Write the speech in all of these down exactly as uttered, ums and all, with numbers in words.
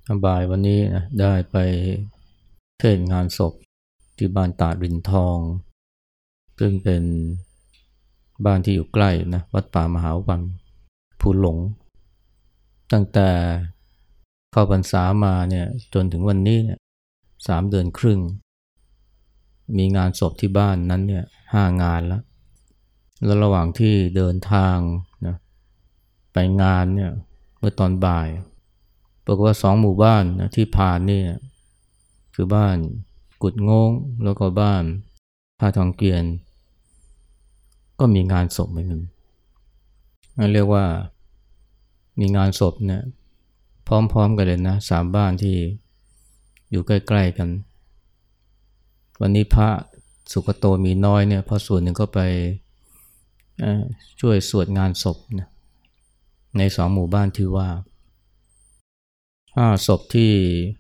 บ่ายวันนี้นะได้ไปเทศน์งานศพที่บ้านตาดรินทองซึ่งเป็นบ้านที่อยู่ใกล้นะวัดป่ามหาวันภูหลงตั้งแต่เข้าพรรษามาเนี่ยจนถึงวันนี้เนี่ยสามเดือนครึ่งมีงานศพที่บ้านนั้นเนี่ยห้างานแล้วแล้วระหว่างที่เดินทางนะไปงานเนี่ยเมื่อตอนบ่ายปรากฏว่าสองหมู่บ้านนะที่ผ่านนี่คือบ้านกุดโง้งแล้วก็บ้านท่าทองเกวียนก็มีงานศพเหมือนกันเรียกว่ามีงานศพเนี่ยพร้อมๆกันเลยนะสามบ้านที่อยู่ใกล้ๆกันวันนี้พระสุขโตมีน้อยเนี่ยพอส่วนหนึ่งก็ไปช่วยสวดงานศพนะในสองหมู่บ้านที่ว่าห้าศพที่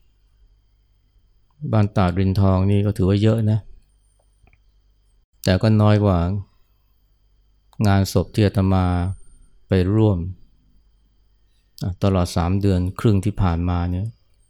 บ้านตาดรินทองนี่ก็ถือว่าเยอะนะแต่ก็น้อยกว่างานศพที่อาตมาไปร่วมตลอดสามเดือนครึ่งที่ผ่านมาเนี่ย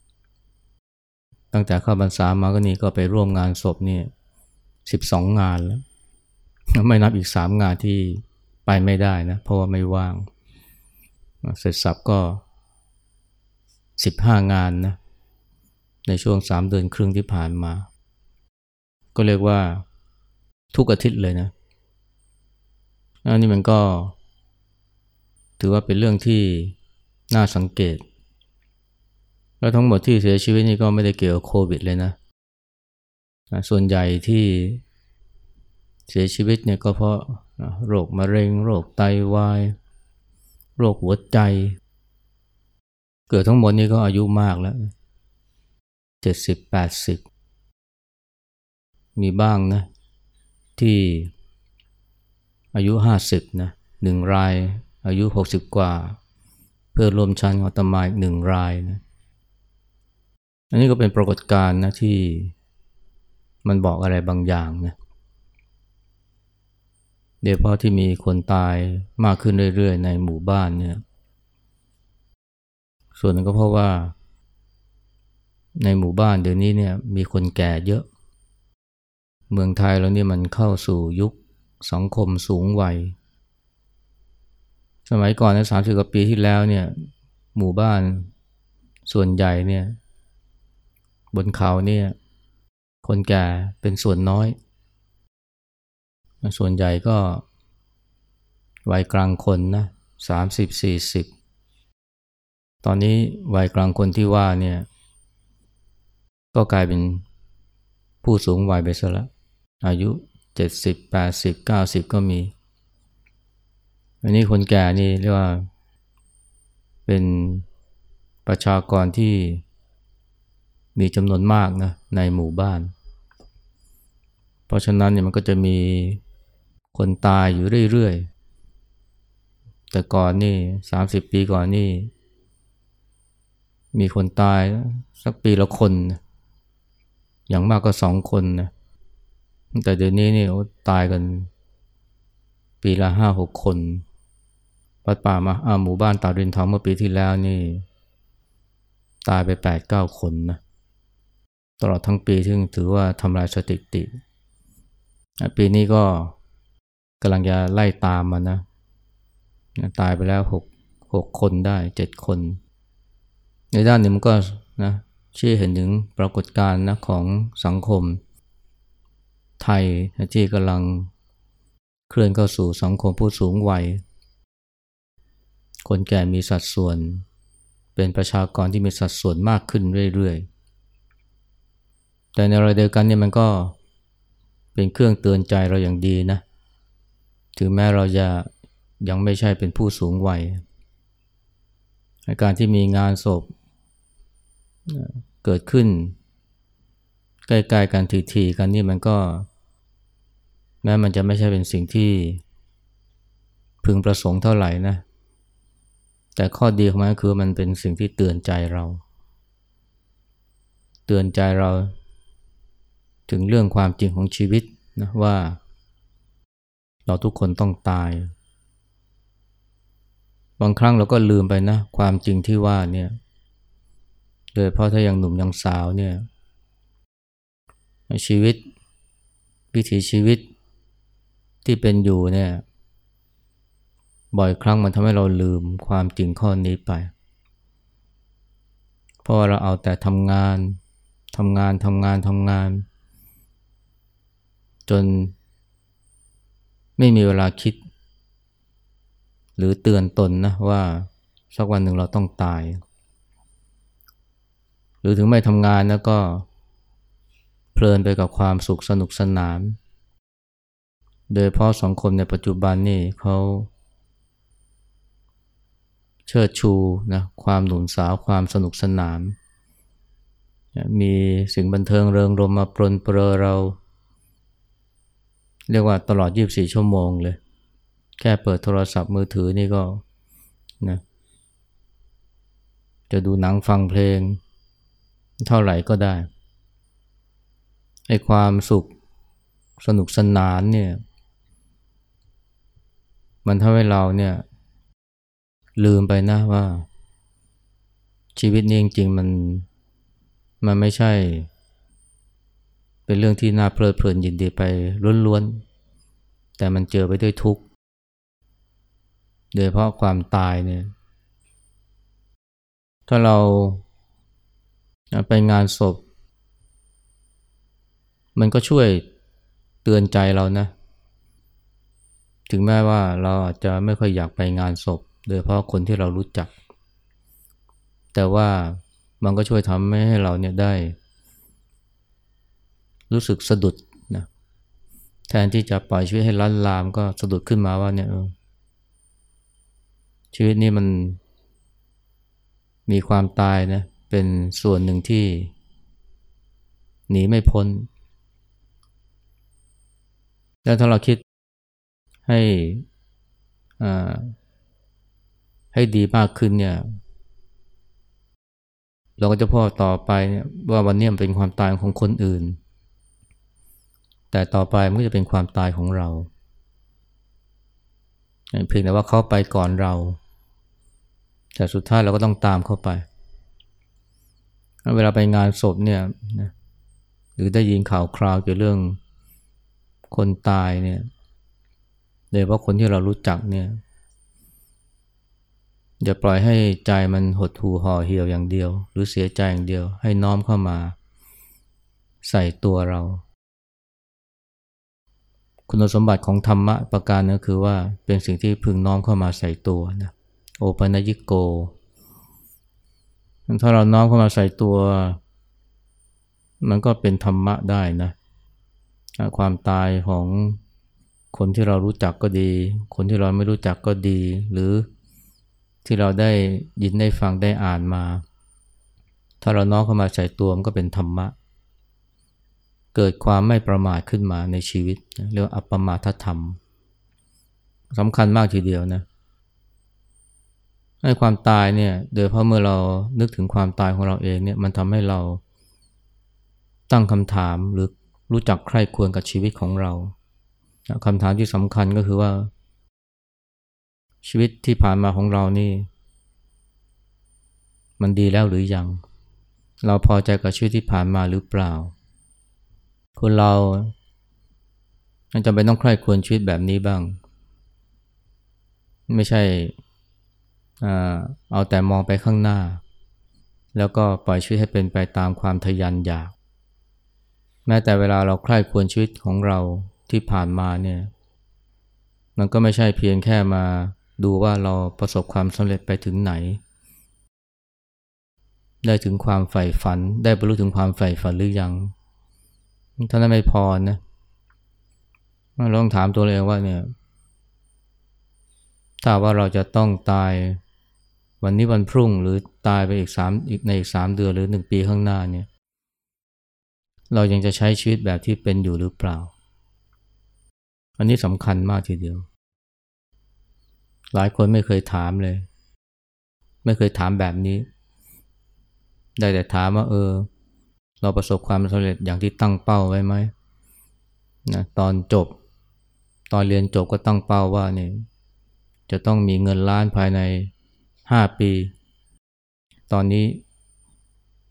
ตั้งแต่เข้าพรรษามาก็นี่ก็ไปร่วมงานศพนี่สิบสองงานแล้วไม่นับอีกสามงานที่ไปไม่ได้นะเพราะว่าไม่ว่างเสร็จสับก็สิบห้างานนะในช่วงสามเดือนครึ่งที่ผ่านมาก็เรียกว่าทุกอาทิตย์เลยนะอันนี้มันก็ถือว่าเป็นเรื่องที่น่าสังเกตแล้วทั้งหมดที่เสียชีวิตนี่ก็ไม่ได้เกี่ยวกับโควิดเลยนะส่วนใหญ่ที่เสียชีวิตเนี่ยก็เพราะโรคมะเร็งโรคไตวายโรคหัวใจเกิดทั้งหมดนี่ก็อายุมากแล้วเจ็ดสิบแปดสิบมีบ้างนะที่อายุห้าสิบนะหนึ่งรายอายุหกสิบกว่าเพื่อรวมชั้นของอาตมาอีกหนึ่งรายนะอันนี้ก็เป็นปรากฏการณ์นะที่มันบอกอะไรบางอย่างนะโดยเฉพาะที่มีคนตายมากขึ้นเรื่อยๆในหมู่บ้านเนี่ยส่วนหนึ่งก็เพราะว่าในหมู่บ้านเดี๋ยวนี้เนี่ยมีคนแก่เยอะเมืองไทยแล้วนี่มันเข้าสู่ยุคสังคมสูงวัยสมัยก่อนนะสามสิบกว่าปีที่แล้วเนี่ยหมู่บ้านส่วนใหญ่เนี่ยบนเขาเนี่ยคนแก่เป็นส่วนน้อยส่วนใหญ่ก็วัยกลางคนนะสามสิบสี่สิบตอนนี้วัยกลางคนที่ว่าเนี่ยก็กลายเป็นผู้สูงวัยไปซะแล้วอายุเจ็ดสิบ แปดสิบ เก้าสิบก็มีอันนี้คนแก่นี่เรียกว่าเป็นประชากรที่มีจำนวนมากนะในหมู่บ้านเพราะฉะนั้นเนี่ยมันก็จะมีคนตายอยู่เรื่อยๆแต่ก่อนนี่สามสิบปีก่อนนี่มีคนตายสักปีละคนอย่างมากก็สองคนนะแต่เดี๋ยวนี้นี่ตายกันปีละห้าหกคนวัดป่ามาอ่าหมู่บ้านตาดรินทองเมื่อปีที่แล้วนี่ตายไปแปดเก้าคนนะตลอดทั้งปีซึ่งถือว่าทำลายสถิติปีนี้ก็กำลังจะไล่ตามมานะตายไปแล้วหกหกคนได้เจ็ดคนในด้านหนึ่งมันก็นะชี้เห็นถึงปรากฏการณ์นะของสังคมไทยที่กำลังเคลื่อนเข้าสู่สังคมผู้สูงวัยคนแก่มีสัดส่วนเป็นประชากรที่มีสัดส่วนมากขึ้นเรื่อยๆแต่ในเวลาเดียวกันเนี่ยมันก็เป็นเครื่องเตือนใจเราอย่างดีนะถึงแม้เราจะยังไม่ใช่เป็นผู้สูงวัยการที่มีงานศพเกิดขึ้นใกล้ๆกันทีๆกันนี่มันก็แม้มันจะไม่ใช่เป็นสิ่งที่พึงประสงค์เท่าไหร่นะแต่ข้อดีของมันคือมันเป็นสิ่งที่เตือนใจเราเตือนใจเราถึงเรื่องความจริงของชีวิตนะว่าเราทุกคนต้องตายบางครั้งเราก็ลืมไปนะความจริงที่ว่าเนี่ยโดยเพราะถ้ายังหนุ่มยังสาวเนี่ยชีวิตวิถีชีวิตที่เป็นอยู่เนี่ยบ่อยครั้งมันทำให้เราลืมความจริงข้อนี้ไปเพราะว่าเราเอาแต่ทำงานทำงานทำงานทำงานจนไม่มีเวลาคิดหรือเตือนตนนะว่าสักวันหนึ่งเราต้องตายหรือถึงไม่ทำงานแล้วก็เพลินไปกับความสุขสนุกสนานโดยเพราะสังคมในปัจจุบันนี่เขาเชิดชูนะความหนุ่มสาวความสนุกสนานมีสิ่งบันเทิงเริงรมย์มาปรนเปรอเราเรียกว่าตลอดยี่สิบสี่ชั่วโมงเลยแค่เปิดโทรศัพท์มือถือนี่ก็นะจะดูหนังฟังเพลงเท่าไหร่ก็ได้ไอ้ความสุขสนุกสนานเนี่ยมันทำให้เราเนี่ยลืมไปนะว่าชีวิตนี้จริงๆมันมันไม่ใช่เป็นเรื่องที่น่าเพลิดเพลินยินดีไปล้วนๆแต่มันเจอไปด้วยทุกข์โดยเฉพาะความตายเนี่ยถ้าเราไปงานศพมันก็ช่วยเตือนใจเรานะถึงแม้ว่าเราอาจจะไม่ค่อยอยากไปงานศพโดยเฉพาะคนที่เรารู้จักแต่ว่ามันก็ช่วยทำให้เราเนี่ยได้รู้สึกสะดุดนะแทนที่จะปล่อยชีวิตให้ลันลามก็สะดุดขึ้นมาว่าเนี่ยเออชีวิตนี้มันมีความตายนะเป็นส่วนหนึ่งที่หนีไม่พ้นแล้วถ้าเราคิดให้อ่าให้ดีมากขึ้นเนี่ยเราก็จะพบต่อไปเนี่ยว่าวันนี้มันเป็นความตายของคนอื่นแต่ต่อไปมันก็จะเป็นความตายของเราเพียงแต่ว่าเขาไปก่อนเราแต่สุดท้ายเราก็ต้องตามเข้าไปเวลาไปงานศพเนี่ยนะหรือได้ยินข่าวคราวเกี่ยวกับเรื่องคนตายเนี่ยโดยเฉพาะคนที่เรารู้จักเนี่ยอย่าปล่อยให้ใจมันหดหู่ห่อเหี่ยวอย่างเดียวหรือเสียใจอย่างเดียวให้น้อมเข้ามาใส่ตัวเราคุณสมบัติของธรรมะประการนึงคือว่าเป็นสิ่งที่พึงน้อมเข้ามาใส่ตัวนะโอปัญญิโกถ้าเราน้อมเข้ามาใส่ตัวมันก็เป็นธรรมะได้นะความตายของคนที่เรารู้จักก็ดีคนที่เราไม่รู้จักก็ดีหรือที่เราได้ยินได้ฟังได้อ่านมาถ้าเราน้อมเข้ามาใส่ตัวมันก็เป็นธรรมะเกิดความไม่ประมาทขึ้นมาในชีวิตเรียกว่าอัปปมาทธรรมสำคัญมากทีเดียวนะให้ความตายเนี่ยโดยเพราะเมื่อเรานึกถึงความตายของเราเองเนี่ยมันทำให้เราตั้งคำถามหรือรู้จักใคร่ควรกับชีวิตของเราคำถามที่สำคัญก็คือว่าชีวิตที่ผ่านมาของเรานี่มันดีแล้วหรือยังเราพอใจกับชีวิตที่ผ่านมาหรือเปล่าคนเราจำเป็นต้องใคร่ควรชีวิตแบบนี้บ้างไม่ใช่เอาแต่มองไปข้างหน้าแล้วก็ปล่อยชีวิตให้เป็นไปตามความทะยานอยากแม้แต่เวลาเราใคร่ควรชีวิตของเราที่ผ่านมาเนี่ยมันก็ไม่ใช่เพียงแค่มาดูว่าเราประสบความสำเร็จไปถึงไหนได้ถึงความใฝ่ฝันได้บรรลุถึงความใฝ่ฝันหรือยังถ้านั้นไม่พอนะเราต้องถามตัวเองว่าเนี่ยถ้าว่าเราจะต้องตายวันนี้วันพรุ่งหรือตายไปอีกสามอีกในอีกสามเดือนหรือหนึ่งปีข้างหน้าเนี่ยเรายังจะใช้ชีวิตแบบที่เป็นอยู่หรือเปล่าอันนี้สำคัญมากทีเดียวหลายคนไม่เคยถามเลยไม่เคยถามแบบนี้ได้แต่ถามว่าเออเราประสบความสำเร็จอย่างที่ตั้งเป้าไว้ไหมนะตอนจบตอนเรียนจบก็ตั้งเป้าว่าเนี่ยจะต้องมีเงินล้านภายในห้าปีตอนนี้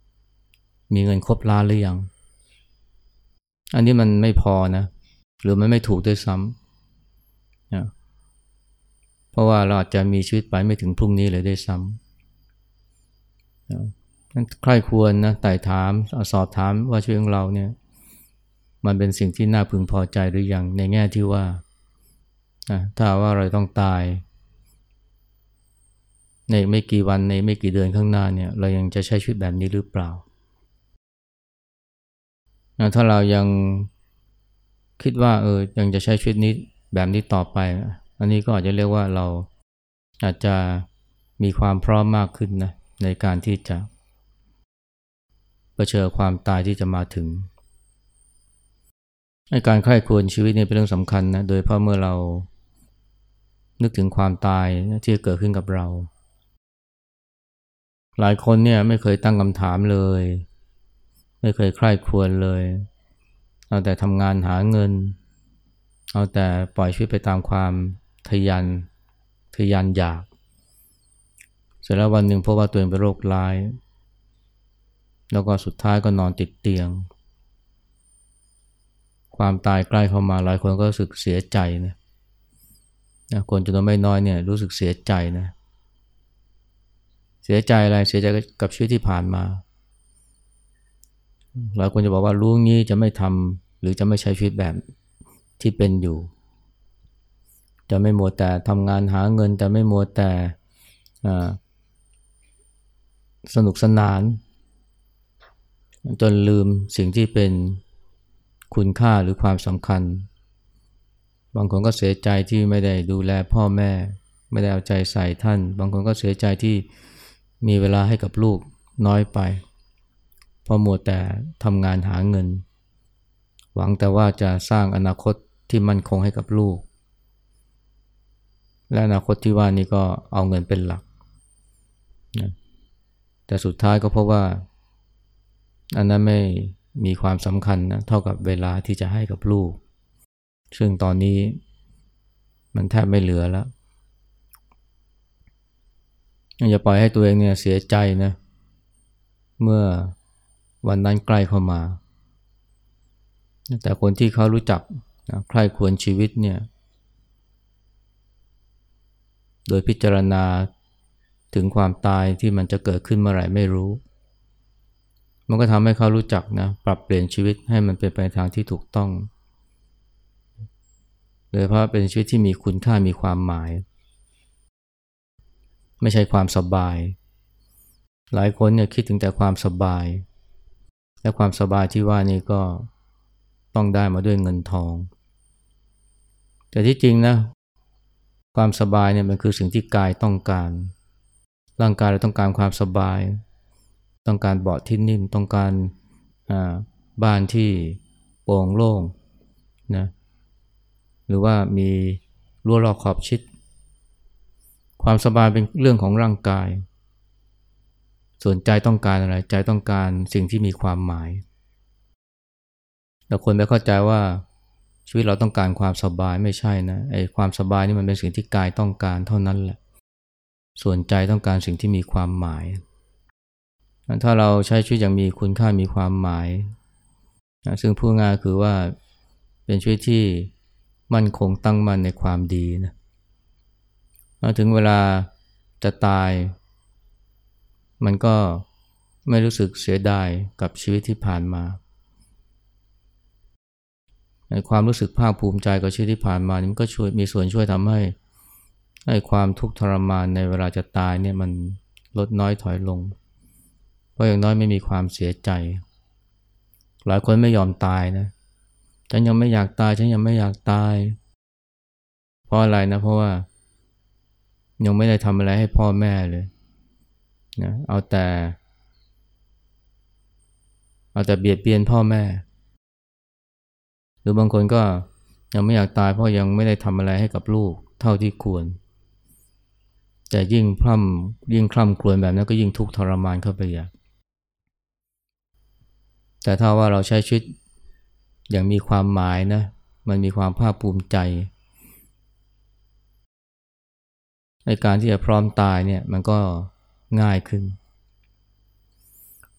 มีเงินครบล้านหรือยังอันนี้มันไม่พอนะหรือมันไม่ถูกด้วยซ้ำนะเพราะว่าเราอาจจะมีชีวิตไปไม่ถึงพรุ่งนี้เลยด้วยซ้ำนะใครควรนะไต่ถามสอบถามว่าชีวิตของเราเนี่ยมันเป็นสิ่งที่น่าพึงพอใจหรือยังในแง่ที่ว่านะถ้าว่าเราต้องตายในไม่กี่วันในไม่กี่เดือนข้างหน้าเนี่ยเรายังจะใช้ชีวิตแบบนี้หรือเปล่านะถ้าเรายังคิดว่าเออยังจะใช้ชีวิตนี้แบบนี้ต่อไปอันนี้ก็อาจจะเรียกว่าเราอาจจะมีความพร้อมมากขึ้นนะในการที่จะเผชิญความตายที่จะมาถึงให้การใคร่ครวญชีวิตนี่เป็นเรื่องสำคัญนะโดยเพราะเมื่อเรานึกถึงความตายที่จะเกิดขึ้นกับเราหลายคนเนี่ยไม่เคยตั้งคำถามเลยไม่เคยใคร่ครวญเลยเอาแต่ทำงานหาเงินเอาแต่ปล่อยชีวิตไปตามความทะยานทะยานอยากเสร็จแล้ววันหนึ่งพบว่าตัวเองเป็นโรคร้ายแล้วก็สุดท้ายก็นอนติดเตียงความตายใกล้เข้ามาหลายคนก็รู้สึกเสียใจนะนะคนจำนวนไม่น้อยเนี่ยรู้สึกเสียใจนะเสียใจอะไรเสียใจกับชีวิตที่ผ่านมาหลายคนจะบอกว่ารู้งี้จะไม่ทำหรือจะไม่ใช้ชีวิตแบบที่เป็นอยู่จะไม่มัวแต่ทำงานหาเงินจะไม่มัวแต่สนุกสนานจนลืมสิ่งที่เป็นคุณค่าหรือความสำคัญบางคนก็เสียใจที่ไม่ได้ดูแลพ่อแม่ไม่ได้เอาใจใส่ท่านบางคนก็เสียใจที่มีเวลาให้กับลูกน้อยไปเพราะมัวแต่ทำงานหาเงินหวังแต่ว่าจะสร้างอนาคตที่มั่นคงให้กับลูกและอนาคตที่ว่านี่ก็เอาเงินเป็นหลักนะแต่สุดท้ายก็เพราะว่าอันนั้นไม่มีความสำคัญนะเท่ากับเวลาที่จะให้กับลูกซึ่งตอนนี้มันแทบไม่เหลือแล้วอย่าปล่อยให้ตัวเองเนี่ยเสียใจนะเมื่อวันนั้นใกล้เข้ามาแต่คนที่เขารู้จักนะใคร่ครวญชีวิตเนี่ยโดยพิจารณาถึงความตายที่มันจะเกิดขึ้นเมื่อไหร่ไม่รู้มันก็ทำให้เขารู้จักนะปรับเปลี่ยนชีวิตให้มันเป็นไปทางที่ถูกต้องโดยเพราะเป็นชีวิตที่มีคุณค่ามีความหมายไม่ใช่ความสบายหลายคนเนี่ยคิดถึงแต่ความสบายและความสบายที่ว่านี่ก็ต้องได้มาด้วยเงินทองแต่ที่จริงนะความสบายเนี่ยมันคือสิ่งที่กายต้องการร่างกายเราต้องการความสบายต้องการเบาะที่นิ่มต้องการบ้านที่โปร่งโล่งนะหรือว่ามีรั้วรอบขอบชิดความสบายเป็นเรื่องของร่างกายส่วนใจต้องการอะไรใจต้องการสิ่งที่มีความหมายแต่คนไม่เข้าใจว่าชีวิตเราต้องการความสบายไม่ใช่นะไอ้ความสบายนี่มันเป็นสิ่งที่กายต้องการเท่านั้นแหละส่วนใจต้องการสิ่งที่มีความหมายถ้าเราใช้ชีวิตอย่างมีคุณค่ามีความหมายนะซึ่งพูดง่ายคือว่าเป็นชีวิตที่มั่นคงตั้งมั่นในความดีนะถึงเวลาจะตายมันก็ไม่รู้สึกเสียดายกับชีวิตที่ผ่านมาในความรู้สึกภาคภูมิใจกับชีวิตที่ผ่านมานี่มันก็ช่วยมีส่วนช่วยทำให้ให้ความทุกข์ทรมานในเวลาจะตายเนี่ยมันลดน้อยถอยลงเพราะอย่างน้อยไม่มีความเสียใจหลายคนไม่ยอมตายนะฉันยังไม่อยากตายฉันยังไม่อยากตายเพราะอะไรนะเพราะว่ายังไม่ได้ทำอะไรให้พ่อแม่เลยนะเอาแต่เอาแต่เบียดเบียนพ่อแม่หรือบางคนก็ยังไม่อยากตายเพราะยังไม่ได้ทำอะไรให้กับลูกเท่าที่ควรแต่ยิ่งพร่ำยิ่งคร่ำครวญแบบนั้นก็ยิ่งทุกข์ทรมานเข้าไปใหญ่แต่ถ้าว่าเราใช้ชีวิตอย่างมีความหมายนะมันมีความภาคภูมิใจในการที่จะพร้อมตายเนี่ยมันก็ง่ายขึ้นแ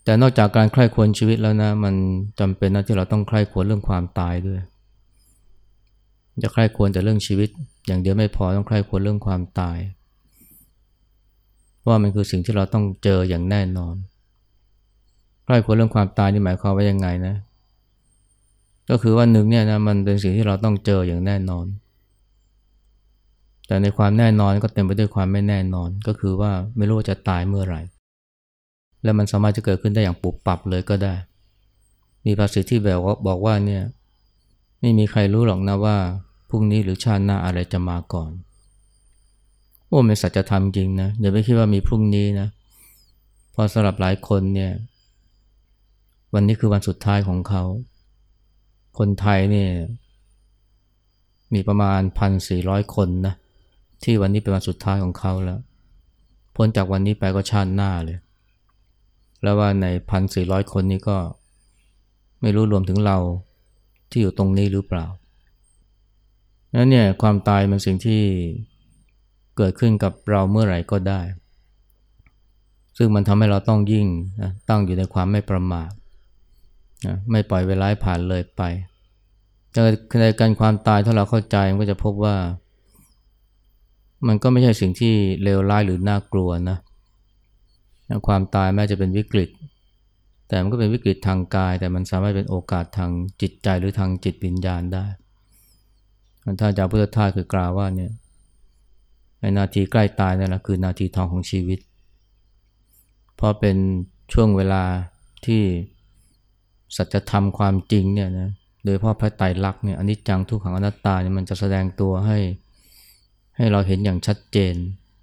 แต่นอกจากการใคร่ครวญชีวิตแล้วนะมันจำเป็นนะที่เราต้องใคร่ครวญเรื่องความตายด้วยจะใคร่ครวญแต่เรื่องชีวิตอย่างเดียวไม่พอต้องใคร่ครวญเรื่องความตายเพราะว่ามันคือสิ่งที่เราต้องเจออย่างแน่นอนใคร่ครวญเรื่องความตายนี่หมายความว่ายังไงนะก็คือว่าหนึ่งเนี่ยนะมันเป็นสิ่งที่เราต้องเจออย่างแน่นอนแต่ในความแน่นอนก็เต็มไปด้วยความไม่แน่นอนก็คือว่าไม่รู้ว่าจะตายเมื่อไหร่และมันสามารถจะเกิดขึ้นได้อย่างปุบปับเลยก็ได้มีภาษิตที่แบบว่าบอกว่าเนี่ยไม่มีใครรู้หรอกนะว่าพรุ่งนี้หรือชาติหน้าอะไรจะมาก่อนโอ้เป็นสัจธรรมจริงนะอย่าไปคิดว่ามีพรุ่งนี้นะเพราะสำหรับหลายคนเนี่ยวันนี้คือวันสุดท้ายของเขาคนไทยเนี่ยมีประมาณ หนึ่งพันสี่ร้อย คนนะที่วันนี้เป็นวันสุดท้ายของเขาแล้วพ้นจากวันนี้ไปก็ชาติหน้าเลยแล้วว่าใน หนึ่งพันสี่ร้อย คนนี้ก็ไม่รู้รวมถึงเราที่อยู่ตรงนี้หรือเปล่านั้นเนี่ยความตายเป็นสิ่งที่เกิดขึ้นกับเราเมื่อไหร่ก็ได้ซึ่งมันทำให้เราต้องยิ่งนะตั้งอยู่ในความไม่ประมาทนะไม่ปล่อยเวลาผ่านเลยไปแต่ในการความตายถ้าเราเข้าใจมันก็จะพบว่ามันก็ไม่ใช่สิ่งที่เลวร้ายหรือน่ากลัวนะความตายแม้จะเป็นวิกฤตแต่มันก็เป็นวิกฤตทางกายแต่มันสามารถเป็นโอกาสทางจิตใจหรือทางจิตวิญญาณได้ท่านอาจารย์พุทธทาสคือกล่าวว่าเนี่ยในนาทีใกล้ตายนั่นแหละคือนาทีทองของชีวิตเพราะเป็นช่วงเวลาที่สัจธรรมความจริงเนี่ยนะโดยเฉพาะพระไตรลักษณ์เนี่ยอนิจจังทุกขังอนัตตาเนี่ยมันจะแสดงตัวให้ให้เราเห็นอย่างชัดเจน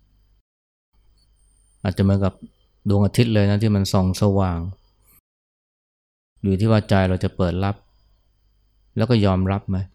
อาจจะเหมือนกับดวงอาทิตย์เลยนะที่มันส่องสว่างอยู่ที่ว่าใจเราจะเปิดรับแล้วก็ยอมรับไหม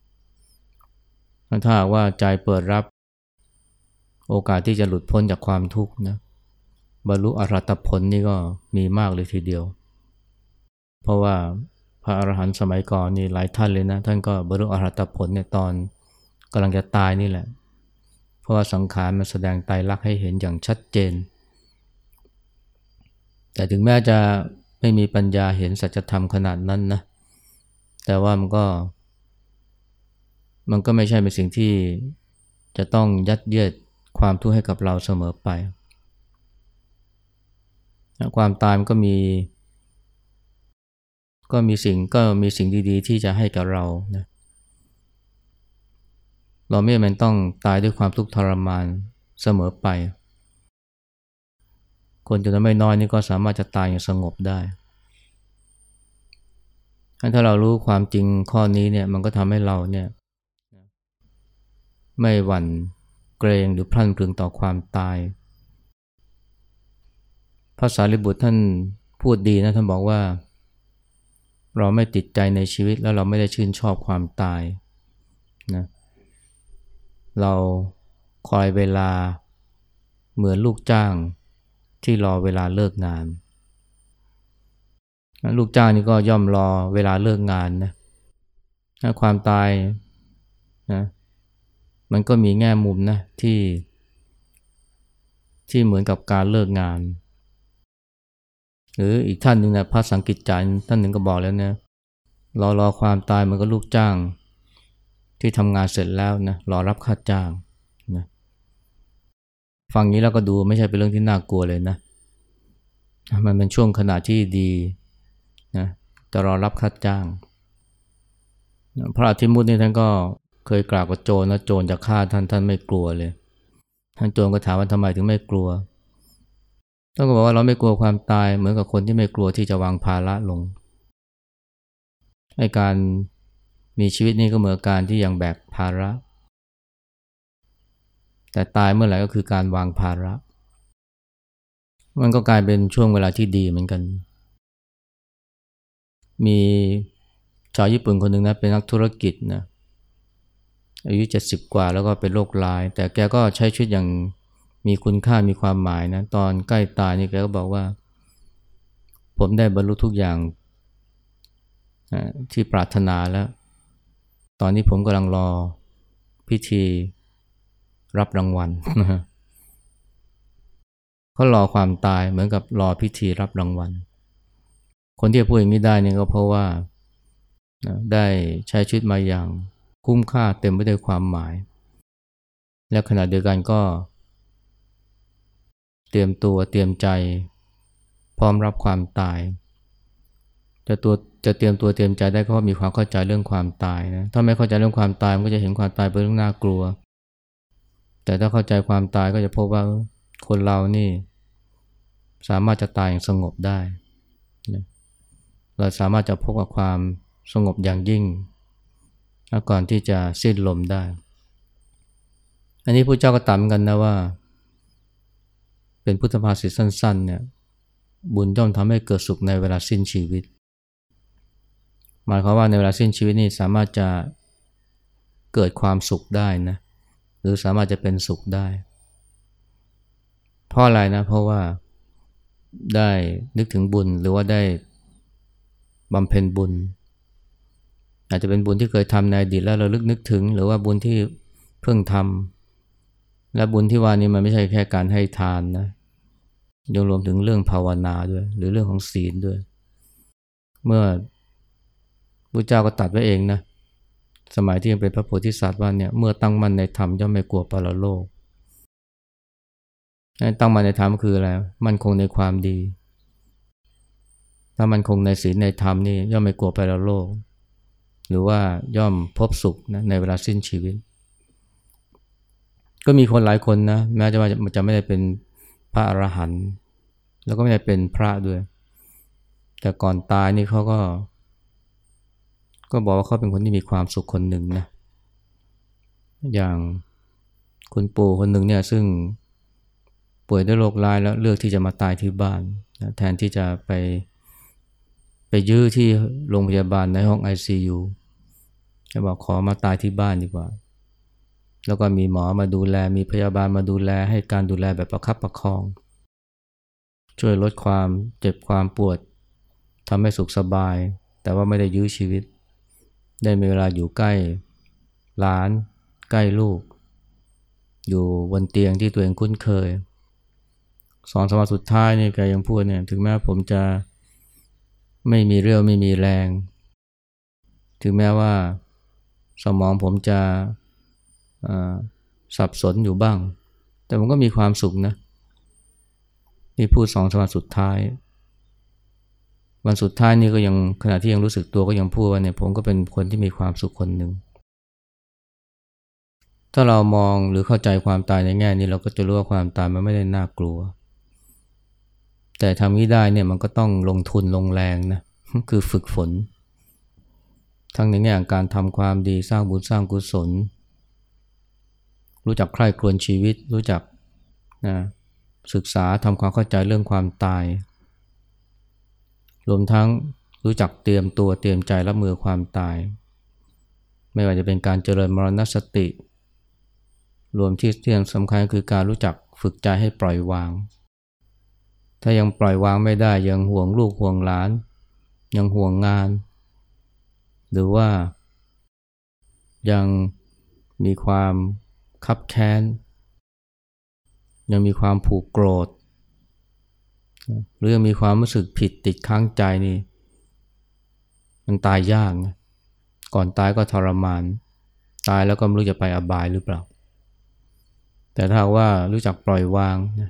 ถ้าหากว่าใจเปิดรับโอกาสที่จะหลุดพ้นจากความทุกข์นะบรรลุอรหัตผลนี่ก็มีมากเลยทีเดียวเพราะว่าพระอรหันต์สมัยก่อนนี่หลายท่านเลยนะท่านก็บรรลุอรหัตผลในตอนกำลังจะตายนี่แหละเพราะว่าสังขารมันแสดงไตรลักษณ์ให้เห็นอย่างชัดเจนแต่ถึงแม้จะไม่มีปัญญาเห็นสัจธรรมขนาดนั้นนะแต่ว่ามันก็มันก็ไม่ใช่เป็นสิ่งที่จะต้องยัดเยียดความทุกข์ให้กับเราเสมอไปความตายมันก็มีก็มีสิ่งก็มีสิ่งดีๆที่จะให้กับเรานะเราไม่จำเป็นต้องตายด้วยความทุกข์ทรมานเสมอไปคนจำนวนไม่น้อยนี่ก็สามารถจะตายอย่างสงบได้ถ้าเรารู้ความจริงข้อนี้เนี่ยมันก็ทำให้เราเนี่ยไม่หวั่นเกรงหรือพลั่นพลึงต่อความตายพระสารีบุตรท่านพูดดีนะท่านบอกว่าเราไม่ติดใจในชีวิตแล้วเราไม่ได้ชื่นชอบความตายนะเราคอยเวลาเหมือนลูกจ้างที่รอเวลาเลิกงานลูกจ้างนี่ก็ย่อมรอเวลาเลิกงานนะความตายนะมันก็มีแง่มุมนะที่ที่เหมือนกับการเลิกงานหรืออีกท่านหนึ่งนะพระสังกิจจารย์ท่านหนึ่งก็บอกแล้วนะรอรอความตายมันก็ลูกจ้างที่ทำงานเสร็จแล้วนะรอรับค่าจ้างนะฟังนี้แล้วก็ดูไม่ใช่เป็นเรื่องที่น่ากลัวเลยนะมันเป็นช่วงขณะที่ดีนะจะรอรับค่าจ้างพระอธิมุตนี่ท่านก็เคยกล่าวกับโจรนะโจรจะฆ่าท่านท่านไม่กลัวเลยท่านโจรก็ถามว่าทำไมถึงไม่กลัวท่านก็บอกว่าเราไม่กลัวความตายเหมือนกับคนที่ไม่กลัวที่จะวางภาระลงให้การมีชีวิตนี่ก็เหมือนการที่ยังแบกภาระแต่ตายเมื่อไหร่ก็คือการวางภาระมันก็กลายเป็นช่วงเวลาที่ดีเหมือนกันมีชาวญี่ปุ่นคนหนึ่งนะเป็นนักธุรกิจนะอายุเจ็ดสิบกว่าแล้วก็เป็นโรคร้ายแต่แกก็ใช้ชีวิตอย่างมีคุณค่ามีความหมายนะตอนใกล้ตายนี่แกก็บอกว่าผมได้บรรลุทุกอย่างที่ปรารถนาแล้วตอนนี้ผมกำลังรอพิธีรับรางวัลเขารอความตายเหมือนกับรอพิธีรับรางวัลคนที่จะพูดอย่างนี้ได้เนี่ยก็เพราะว่านะได้ใช้ชีวิตมาอย่างคุ้มค่าเต็มไปด้วยความหมายและขณะเดียวกันก็เตรียมตัวเตรียมใจพร้อมรับความตายจะตัวจะเตรียมตัวเตรียมใจได้ก็เพราะมีความเข้าใจเรื่องความตายนะถ้าไม่เข้าใจเรื่องความตายมันก็จะเห็นความตายเป็นเรื่องน่ากลัวแต่ถ้าเข้าใจความตายก็จะพบว่าคนเรานี่สามารถจะตายอย่างสงบได้นะเราสามารถจะพบกับความสงบอย่างยิ่งก่อนที่จะสิ้นลมได้อันนี้พระเจ้าก็ตรัสกันนะว่าเป็นพุทธภาษิตสั้นๆเนี่ยบุญย่อมทำให้เกิดสุขในเวลาสิ้นชีวิตหมายความว่าในเวลาสิ้นชีวิตนี่สามารถจะเกิดความสุขได้นะหรือสามารถจะเป็นสุขได้เพราะอะไรนะเพราะว่าได้นึกถึงบุญหรือว่าได้บำเพ็ญบุญอาจจะเป็นบุญที่เคยทำในอดีตแล้วเราลึกนึกถึงหรือว่าบุญที่เพิ่งทำและบุญที่ว่านี้มันไม่ใช่แค่การให้ทานนะยังรวมถึงเรื่องภาวนาด้วยหรือเรื่องของศีลด้วยเมื่อพระเจ้าก็ตรัสไว้เองนะสมัยที่ยังเป็นพระโพธิสัตว์ว่าเนี่ยเมื่อตั้งมั่นในธรรมย่อมไม่กลัวปรโลกตั้งมั่นในธรรมคืออะไรมั่นคงในความดีถ้ามั่นคงในศีลในธรรมนี่ย่อมไม่กลัวปรโลกหรือว่าย่อมพบสุขนะในเวลาสิ้นชีวิตก็มีคนหลายคนนะแม้จะว่าจะไม่ได้เป็นพระอรหันต์แล้วก็ไม่ได้เป็นพระด้วยแต่ก่อนตายนี่เขาก็ก็บอกว่าเขาเป็นคนที่มีความสุขคนหนึ่งนะอย่างคุณปู่คนหนึ่งเนี่ยซึ่งป่วยด้วยโรคร้ายแล้วเลือกที่จะมาตายที่บ้านนะแทนที่จะไปไปยื้อที่โรงพยาบาลในห้อง ไอ ซี ยู จะบอกขอมาตายที่บ้านดีกว่าแล้วก็มีหมอมาดูแลมีพยาบาลมาดูแลให้การดูแลแบบประคับประคองช่วยลดความเจ็บความปวดทำให้สุขสบายแต่ว่าไม่ได้ยื้อชีวิตได้มีเวลาอยู่ใกล้หลานใกล้ลูกอยู่บนเตียงที่ตัวเองคุ้นเคยสองสามวันสุดท้ายนี่แกยังพูดเนี่ยถึงแม้ผมจะไม่มีเรี่ยวไม่มีแรงถึงแม้ว่าสมองผมจะสับสนอยู่บ้างแต่ผมก็มีความสุขนะนี่พูดสองสามวันสุดท้ายวันสุดท้ายนี่ก็ยังขณะที่ยังรู้สึกตัวก็ยังพูดว่าเนี่ยผมก็เป็นคนที่มีความสุขคนหนึ่งถ้าเรามองหรือเข้าใจความตายในแง่นี้เราก็จะรู้ว่าความตายมันไม่ได้น่ากลัวแต่ทำนี้ได้เนี่ยมันก็ต้องลงทุนลงแรงนะคือฝึกฝนทั้งในแง่ของการทำความดีสร้างบุญสร้างกุศลรู้จักใคร่ครวญชีวิตรู้จักนะศึกษาทำความเข้าใจเรื่องความตายรวมทั้งรู้จักเตรียมตัวเตรียมใจรับมือความตายไม่ว่าจะเป็นการเจริญมรณสติรวมที่ที่สำคัญคือการรู้จักฝึกใจให้ปล่อยวางถ้ายังปล่อยวางไม่ได้ยังห่วงลูกห่วงหลานยังห่วงงานหรือว่ายังมีความคับแค้นยังมีความผูกโกรธหรือยังมีความรู้สึกผิดติดค้างใจนี่มันตายยากนะก่อนตายก็ทรมานตายแล้วก็ไม่รู้จะไปอบายหรือเปล่าแต่ถ้าว่ารู้จักปล่อยวางนะ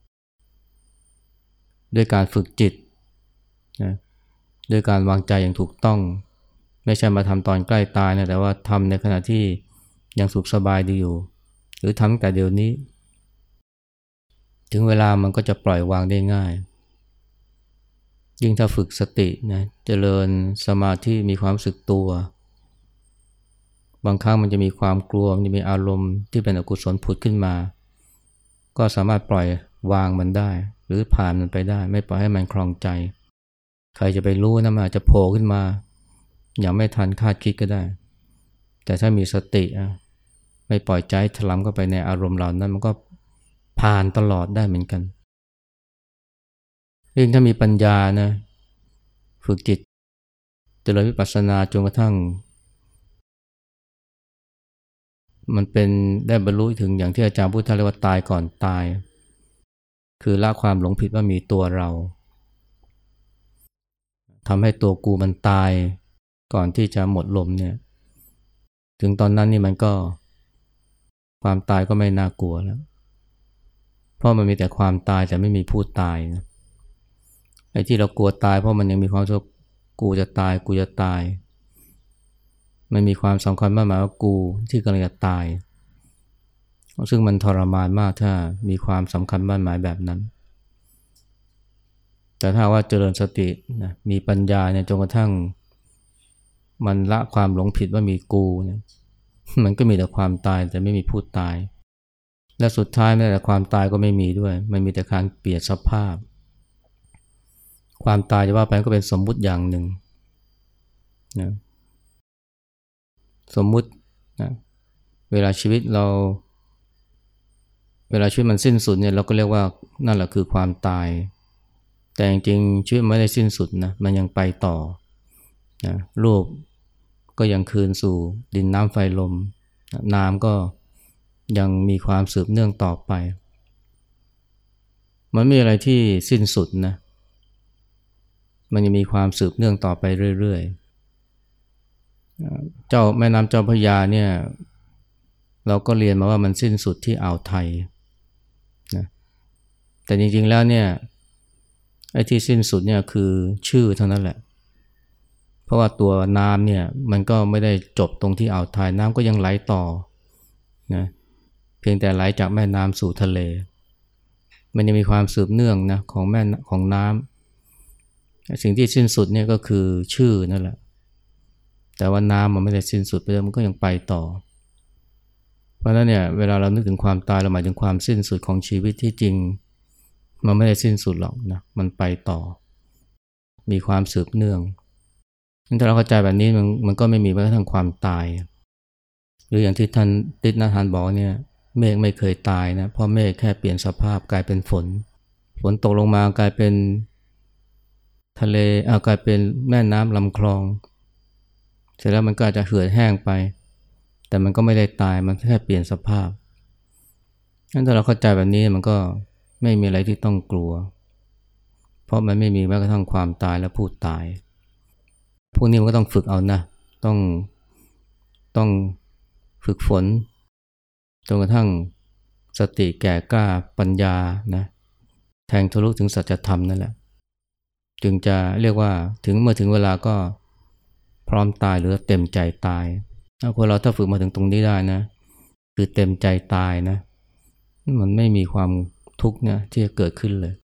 ด้วยการฝึกจิตนะด้วยการวางใจอย่างถูกต้องไม่ใช่มาทำตอนใกล้ตายนะแต่ว่าทำในขณะที่ยังสุขสบายดีอยู่หรือทำแต่เดี๋ยวนี้ถึงเวลามันก็จะปล่อยวางได้ง่ายยิ่งถ้าฝึกสตินะเจริญสมาธิมีความรู้สึกตัวบางครั้งมันจะมีความกลัวมันจะมีอารมณ์ที่เป็นอกุศลผุดขึ้นมาก็สามารถปล่อยวางมันได้หรือผ่านมันไปได้ไม่ปล่อยให้มันคลองใจใครจะไปรู้นะมันอาจจะโผล่ขึ้นมาอย่างไม่ทันคาดคิดก็ได้แต่ถ้ามีสติอ่ะไม่ปล่อยใจถลำเข้าไปในอารมณ์เหล่านั้นมันก็ผ่านตลอดได้เหมือนกันยิ่งถ้ามีปัญญานะฝึกจิตเจริญวิปัสสนาจนกระทั่งมันเป็นได้บรรลุถึงอย่างที่อาจารย์พุทธเรียกว่าตายก่อนตายคือละความหลงผิดว่ามีตัวเราทำให้ตัวกูมันตายก่อนที่จะหมดลมเนี่ยถึงตอนนั้นนี่มันก็ความตายก็ไม่น่ากลัวแล้วเพราะมันมีแต่ความตายแต่ไม่มีผู้ตายนะไอ้ที่เรากลัวตายเพราะมันยังมีความรู้สึกกูจะตายกูจะตายมันมีความสำคัญมากหมายว่ากูที่กำลังจะตายซึ่งมันทรมานมากถ้ามีความสำคัญมั่นหมายแบบนั้นแต่ถ้าว่าเจริญสตินะมีปัญญาเนี่ยจนกระทั่งมันละความหลงผิดว่ามีกูเนี่ยมันก็มีแต่ความตายแต่ไม่มีผู้ตายและสุดท้ายแม้แต่ความตายก็ไม่มีด้วยมันมีแต่การเปลี่ยนสภาพความตายจะว่าไปก็เป็นสมมุติอย่างหนึ่งนะสมมุตินะเวลาชีวิตเราเวลาชีวิตมันสิ้นสุดเนี่ยเราก็เรียกว่านั่นแหละคือความตายแต่จริงๆชีวิตไม่ได้สิ้นสุดนะมันยังไปต่อนะรูปก็ยังคืนสู่ดินน้ำไฟลมน้ำก็ยังมีความสืบเนื่องต่อไปมันไม่มีอะไรที่สิ้นสุดนะมันยังมีความสืบเนื่องต่อไปเรื่อยๆเจ้าแม่น้ำเจ้าพระยาเนี่ยเราก็เรียนมาว่ามันสิ้นสุดที่อ่าวไทยนะแต่จริงๆแล้วเนี่ยไอ้ที่สิ้นสุดเนี่ยคือชื่อเท่านั้นแหละเพราะว่าตัวน้ำเนี่ยมันก็ไม่ได้จบตรงที่อ่าวไทยน้ำก็ยังไหลต่อนะเพียงแต่ไหลจากแม่น้ำสู่ทะเลมันยังมีความสืบเนื่องนะของแม่ของน้ำสิ่งที่สิ้นสุดเนี่ยก็คือชื่อนั่นแหละแต่ว่าน้ำมันไม่ได้สิ้นสุดไปแล้วมันก็ยังไปต่อเพราะฉะนั้นเนี่ยเวลาเรานึกถึงความตายเราหมายถึงความสิ้นสุดของชีวิตที่จริงมันไม่ได้สิ้นสุดหรอกนะมันไปต่อมีความสืบเนื่องถ้าเราเข้าใจแบบนี้มันมันก็ไม่มีแม้กระทั่งความตายหรืออย่างที่ท่านติณทานบอกเนี่ยเมฆไม่เคยตายนะเพราะเมฆแค่เปลี่ยนสภาพกลายเป็นฝนฝนตกลงมากลายเป็นทะเลอ่ากลายเป็นแม่น้ำลำคลองเสร็จแล้วมันก็อาจจะเหือดแห้งไปแต่มันก็ไม่ได้ตายมันแค่เปลี่ยนสภาพงั้นถ้าเราเข้าใจแบบนี้มันก็ไม่มีอะไรที่ต้องกลัวเพราะมันไม่มีแม้กระทั่งความตายและผู้ตายพวกนี้มันก็ต้องฝึกเอานะต้องต้องฝึกฝนจนกระทั่งสติแก่กล้าปัญญานะแทงทะลุถึงสัจธรรมนั่นแหละจึงจะเรียกว่าถึงเมื่อถึงเวลาก็พร้อมตายหรือเต็มใจตายถ้าคนเราถ้าฝึกมาถึงตรงนี้ได้นะคือเต็มใจตายนะมันไม่มีความทุกข์เนี่ยที่จะเกิดขึ้นเลย